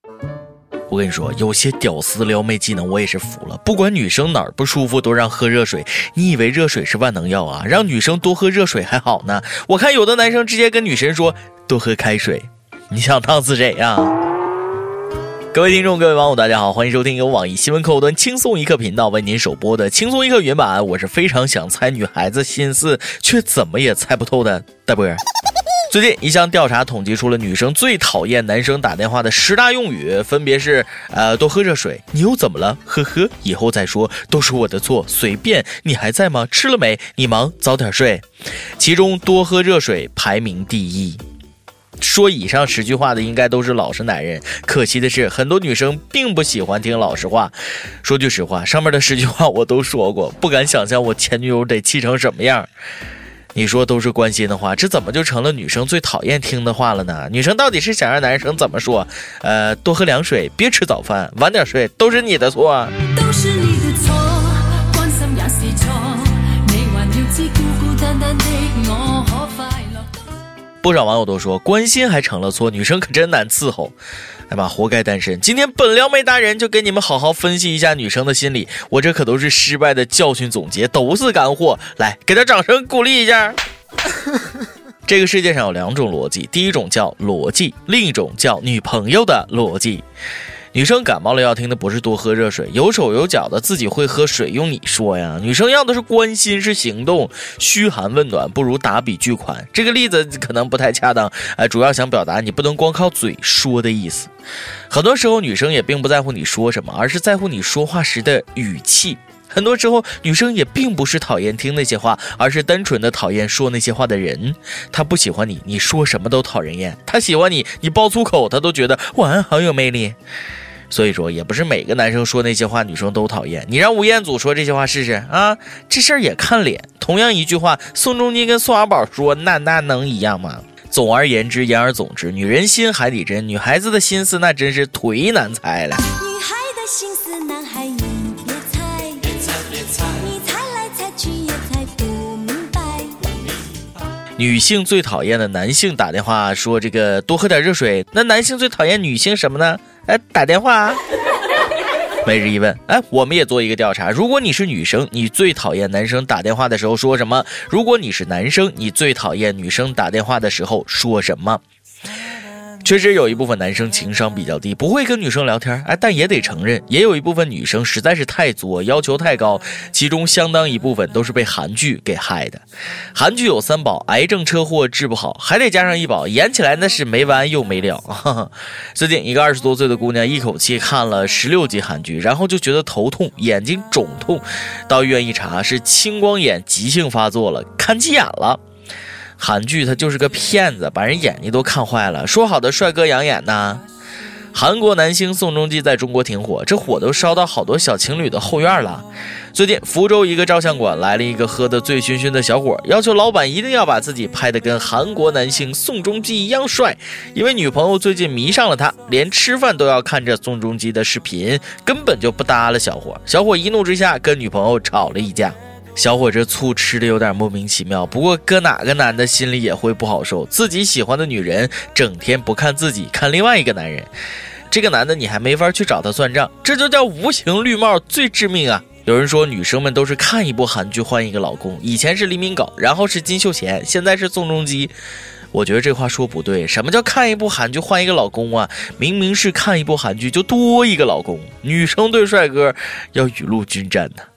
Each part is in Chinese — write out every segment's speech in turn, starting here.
我跟你说，有些屌丝撩妹技能我也是服了，不管女生哪儿不舒服都让喝热水，你以为热水是万能药啊？让女生多喝热水还好呢，我看有的男生直接跟女神说多喝开水，你想烫死谁呀？各位听众，各位网友，大家好，欢迎收听由网易新闻客户端轻松一刻频道为您首播的轻松一刻原版，我是非常想猜女孩子心思却怎么也猜不透的大波儿。最近一项调查统计出了女生最讨厌男生打电话的10大用语，分别是多喝热水，你又怎么了，呵呵，以后再说，都是我的错，随便，你还在吗，吃了没，你忙早点睡。其中多喝热水排名第一。说以上10句话的应该都是老实男人，可惜的是很多女生并不喜欢听老实话。说句实话，上面的10句话我都说过，不敢想象我前女友得气成什么样。你说都是关心的话，这怎么就成了女生最讨厌听的话了呢？女生到底是想让男生怎么说？多喝凉水，别吃早饭，晚点睡，都是你的错。都是你的错，关心也是错，你還要知孤孤單單的我可快樂。不少網友都說關心還成了錯，女生可真難伺候。哎媽，活該單身。今天本撩妹達人就給你們好好分析一下女生的心理，我這可都是失敗的教訓總結，都是乾貨。來，給他掌聲鼓勵一下。這個世界上有2種邏輯，第一種叫邏輯，另一種叫女朋友的邏輯。女生感冒了要聽的不是多喝熱水，有手有腳的自己會喝水用你說呀。女生要的是關心，是行動，噓寒問暖不如打筆巨款。這個例子可能不太恰當，主要想表達你不能光靠嘴說的意思。很多時候女生也並不在乎你說什麼，而是在乎你說話時的語氣。很多時候女生也並不是討厭聽那些話，而是單純的討厭說那些話的人。她不喜歡你，你說什麼都討人厭；她喜歡你，你爆粗口她都覺得哇好有魅力。所以說也不是每個男生說那些話女生都討厭，你讓吳彥祖說這些話試試啊，這事兒也看臉。同樣一句話，宋仲基跟宋小寶說，那能一樣嗎？總而言之，言而總之，女人心海底針，女孩子的心思那真是忒難猜了。女孩的心思男孩你別猜，別猜，你猜來猜去也猜不明白。女性最討厭的男性打電話說這個多喝點熱水，那男性最討厭女性什麼呢？打電話。每日一問，我們也做一個調查，如果你是女生，你最討厭男生打電話的時候說什麼？如果你是男生，你最討厭女生打電話的時候說什麼？確實有一部分男生情商比較低，不會跟女生聊天，但也得承認，也有一部分女生實在是太作，要求太高，其中相當一部分都是被韓劇給害的。韓劇有3寶，癌症車禍治不好，還得加上1寶，演起來那是沒完又沒了。最近一個20多歲的姑娘一口氣看了16集韓劇，然後就覺得頭痛，眼睛腫痛，到醫院一查是青光眼急性發作了，看急眼了。韓劇他就是個騙子，把人眼睛都看壞了，說好的帥哥養眼呢？韓國男星宋仲基在中國挺火，這火都燒到好多小情侶的後院了。最近福州一個照相館來了一個喝得醉醺醺的小伙，要求老闆一定要把自己拍得跟韓國男星宋仲基一樣帥，因為女朋友最近迷上了他，連吃飯都要看着宋仲基的視頻，根本就不搭了小伙。小伙一怒之下跟女朋友吵了一架。小伙這醋吃的有點莫名其妙，不過搁哪個男的心裡也會不好受，自己喜歡的女人整天不看自己，看另外一個男人，這個男的你還沒法去找他算賬，這就叫無情綠帽最致命啊。有人說女生們都是看一部韓劇換一個老公，以前是黎明镐，然後是金秀賢，現在是宋仲基。我覺得這話說不對，什麼叫看一部韓劇換一個老公啊？明明是看一部韓劇就多一個老公，女生對帥哥要雨露均沾呢。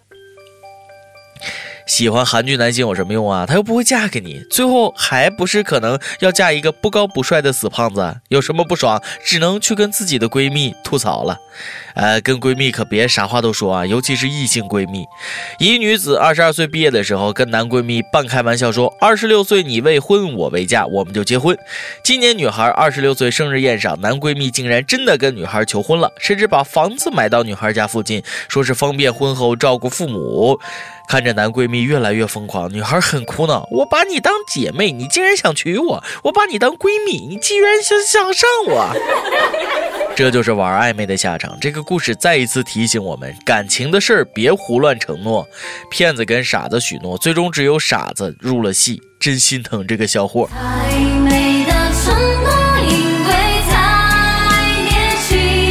喜歡韓劇男星有什麼用啊？他又不會嫁給你，最後還不是可能要嫁一個不高不帥的死胖子？有什麼不爽，只能去跟自己的閨蜜吐槽了。跟閨蜜可別啥話都說啊，尤其是異性閨蜜。一女子22歲畢業的時候，跟男閨蜜半開玩笑說：“26歲你未婚，我未嫁，我們就結婚。”今年女孩26歲生日宴上，男閨蜜竟然真的跟女孩求婚了，甚至把房子買到女孩家附近，說是方便婚後照顧父母。看着男閨蜜越來越瘋狂，女孩很苦惱：我把你當姐妹，你竟然想娶我；我把你當閨蜜，你竟然想上我。這就是玩曖昧的下場。這個故事再一次提醒我們，感情的事別胡亂承諾，騙子跟傻子許諾，最終只有傻子入了戲。真心疼這個小伙。太美的承諾，因為太年輕。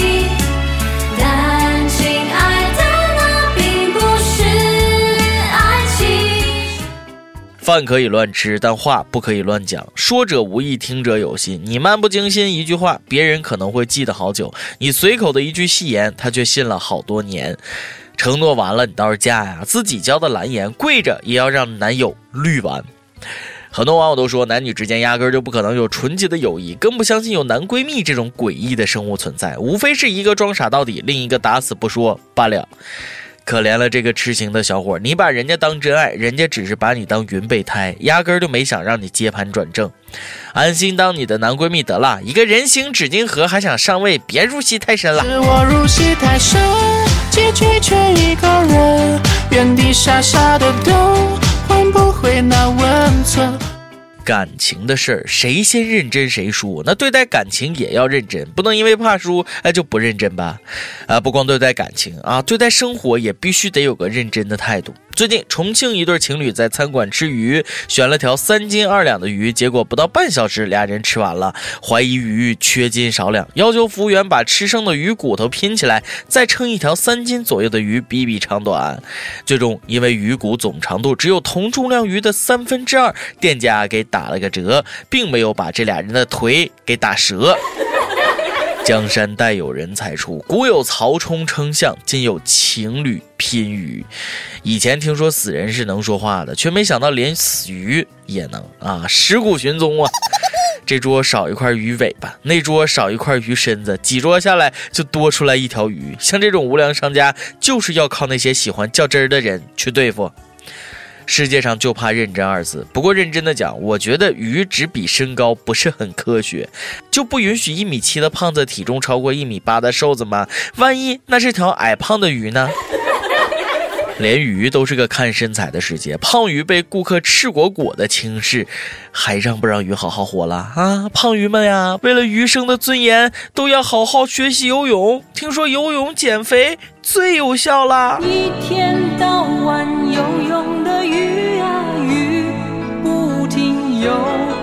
饭可以乱吃，但话不可以乱讲。说者无意，听者有心。你漫不经心一句话，别人可能会记得好久；你随口的一句戏言，他却信了好多年。承诺完了，你倒是嫁呀！自己交的蓝颜，跪着也要让男友绿完。很多网友都说，男女之间压根就不可能有纯洁的友谊，更不相信有男闺蜜这种诡异的生物存在，无非是一个装傻到底，另一个打死不说罢了。可怜了这个痴情的小伙，你把人家当真爱，人家只是把你当云备胎，压根就没想让你接盘转正。安心当你的男闺蜜得了，一个人形纸巾盒还想上位，别入戏太深了。 是我入戏太深，结局却一个人原地傻傻的等，换不回那温存。 感情的事儿，谁先认真谁输。那对待感情也要认真，不能因为怕输就不认真吧。不光对待感情啊，对待生活也必须得有个认真的态度。最近重庆一对情侣在餐馆吃鱼，选了条3斤2两的鱼，结果不到半小时俩人吃完了，怀疑鱼缺斤少两，要求服务员把吃剩的鱼骨头拼起来，再称一条3斤左右的鱼比比长短。最终因为鱼骨总长度只有同重量鱼的2/3，店家给打了个折，并没有把这俩人的腿给打折。江山代有人才出，古有曹冲称象，今有情侣拼鱼。以前听说死人是能说话的，却没想到连死鱼也能啊！尸骨寻踪啊！这桌少一块鱼尾巴，那桌少一块鱼身子，几桌下来就多出来一条鱼。像这种无良商家，就是要靠那些喜欢较真儿的人去对付。世界上就怕认真2字，不过认真的讲，我觉得鱼只比身高不是很科学，就不允许1.7米的胖子体重超过1.8米的瘦子吗？万一那是条矮胖的鱼呢？连鱼都是个看身材的世界，胖鱼被顾客赤果果的轻视，还让不让鱼好好活了啊？胖鱼们呀，为了余生的尊严，都要好好学习游泳。听说游泳减肥最有效啦！ 一天到晚游泳的鱼啊鱼，不停游。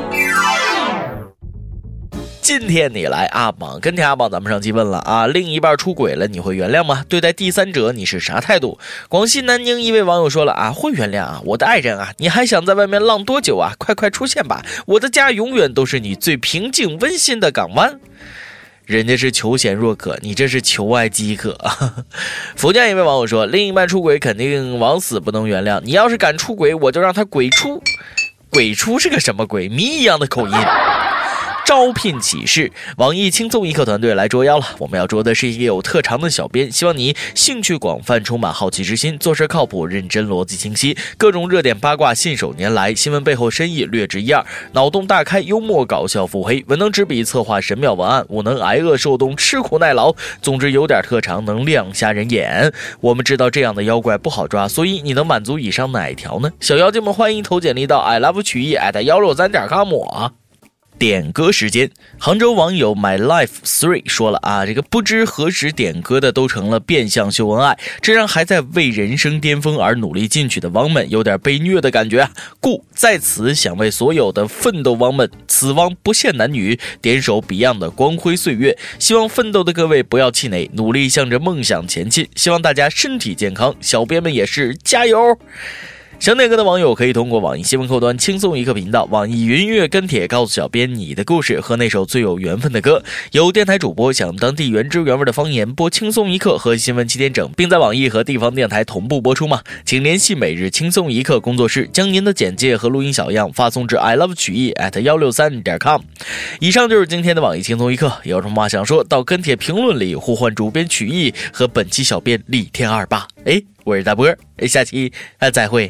今天你来阿榜，跟帖阿榜咱们上期问了啊，另一半出轨了你会原谅吗？对待第三者你是啥态度？广西南宁一位网友说了啊，会原谅啊，我的爱人啊，你还想在外面浪多久啊？快出现吧，我的家永远都是你最平静温馨的港湾。人家是求贤若渴，你这是求爱饥渴。福建一位网友说，另一半出轨肯定往死不能原谅，你要是敢出轨，我就让他鬼出。鬼出是个什么鬼？谜一样的口音。招聘启事，网易轻松一刻团队来捉妖了。我们要捉的是一个有特长的小编，希望你兴趣广泛，充满好奇之心，做事靠谱认真，逻辑清晰，各种热点八卦信手拈来，新闻背后深意略知一二，脑洞大开，幽默搞笑腹黑，文能执笔策划神妙文案，武能挨饿受冻，吃苦耐劳，总之有点特长能亮瞎人眼。我们知道这样的妖怪不好抓，所以你能满足以上哪一条呢？小妖精们欢迎投简历到 iLoveChüyi@163.com 啊。点歌时间，杭州网友 mylife3 说了啊，这个不知何时点歌的都成了变相秀恩爱，这让还在为人生巅峰而努力进取的汪们有点被虐的感觉啊。故在此想为所有的奋斗汪们，此汪不限男女，点首 Beyond 的光辉岁月，希望奋斗的各位不要气馁，努力向着梦想前进，希望大家身体健康，小编们也是加油。想点歌的网友可以通过网易新闻客户端轻松一刻频道、网易云音乐跟帖告诉小编你的故事和那首最有缘分的歌。有电台主播想当地原汁原味的方言播轻松一刻和新闻7点整，并在网易和地方电台同步播出吗？请联系每日轻松一刻工作室，将您的简介和录音小样发送至 iLoveChüyi@163.com。以上就是今天的网易轻松一刻，有什么话想说到跟帖评论里呼唤主编曲艺和本期小编李天28。我是大波，下期再会。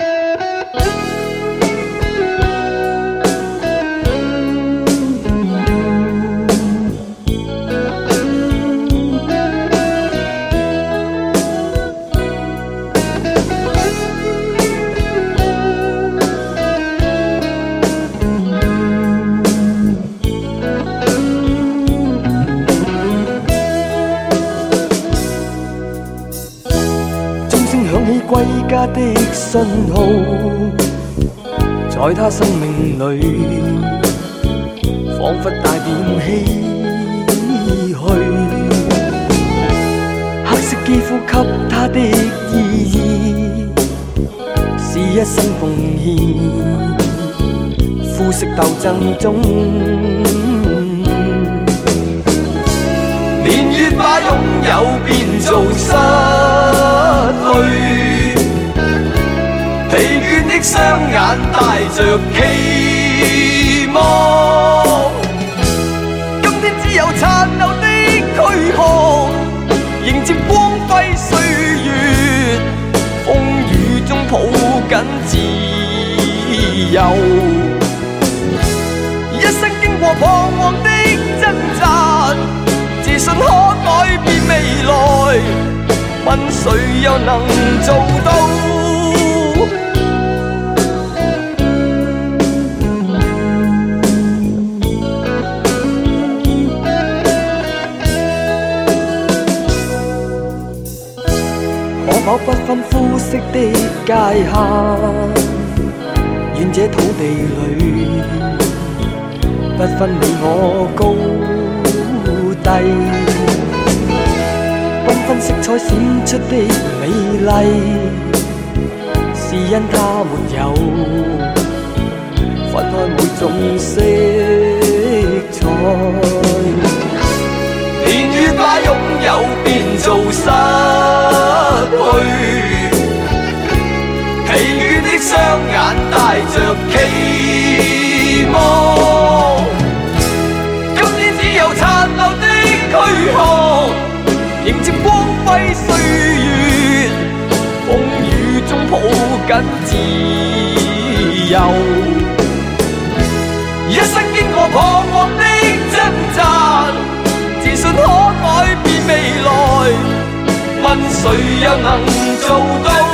歸家的信號，在他生命裏，彷彿帶點唏噓。黑色肌膚給他的意義，是一一生奉獻，膚色鬥爭中，年月把擁有變做失去，疲倦的雙眼帶着期望，今天只有殘留的軀殼，迎接光輝歲月，風雨中抱緊自由，一生經過彷徨的掙扎，自信可改變未來，問誰又能做到？可否不分膚色的界限，願這土地裏不分你我高低，繽紛色彩閃出的美麗，是因它沒有分開每種色彩，年月把擁有變做失去，疲倦的雙眼帶着期望，今天只有殘留的軀殼，迎接光輝歲月，風雨中抱緊自由，一生經過彷徨的掙扎，自信可改變未來，問誰又能做到？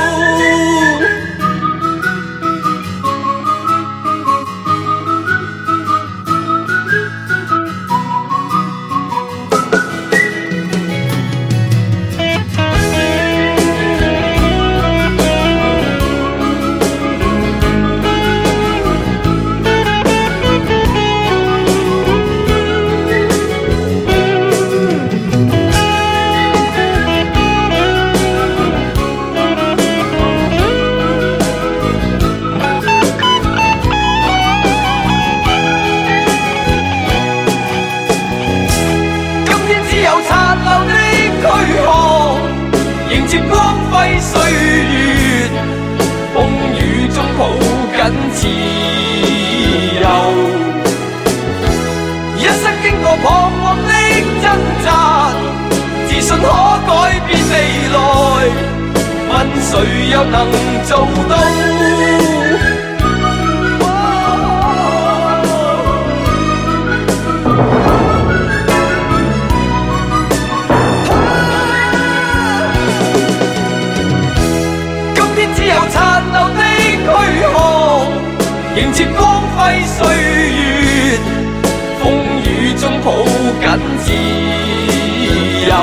迎接光輝歲月，風雨中抱緊自由，一生經過彷徨的掙扎，自信可改變未來，問誰又能做到？殘留的軀殼，迎接光輝歲月，風雨中抱緊自由，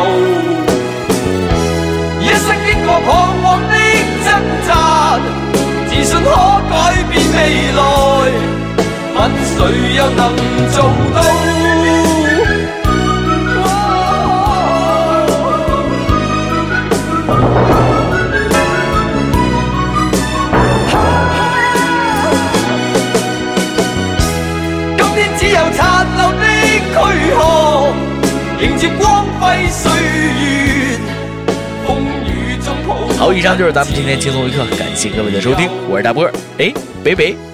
一生經過彷徨的掙扎，自信可改變未來，問誰又能做到？殘留的軀殼，迎接光輝歲月，風雨中抱。 好，以上就是咱们今天轻松一刻，感谢各位的收听，我是大波儿，哎，北北。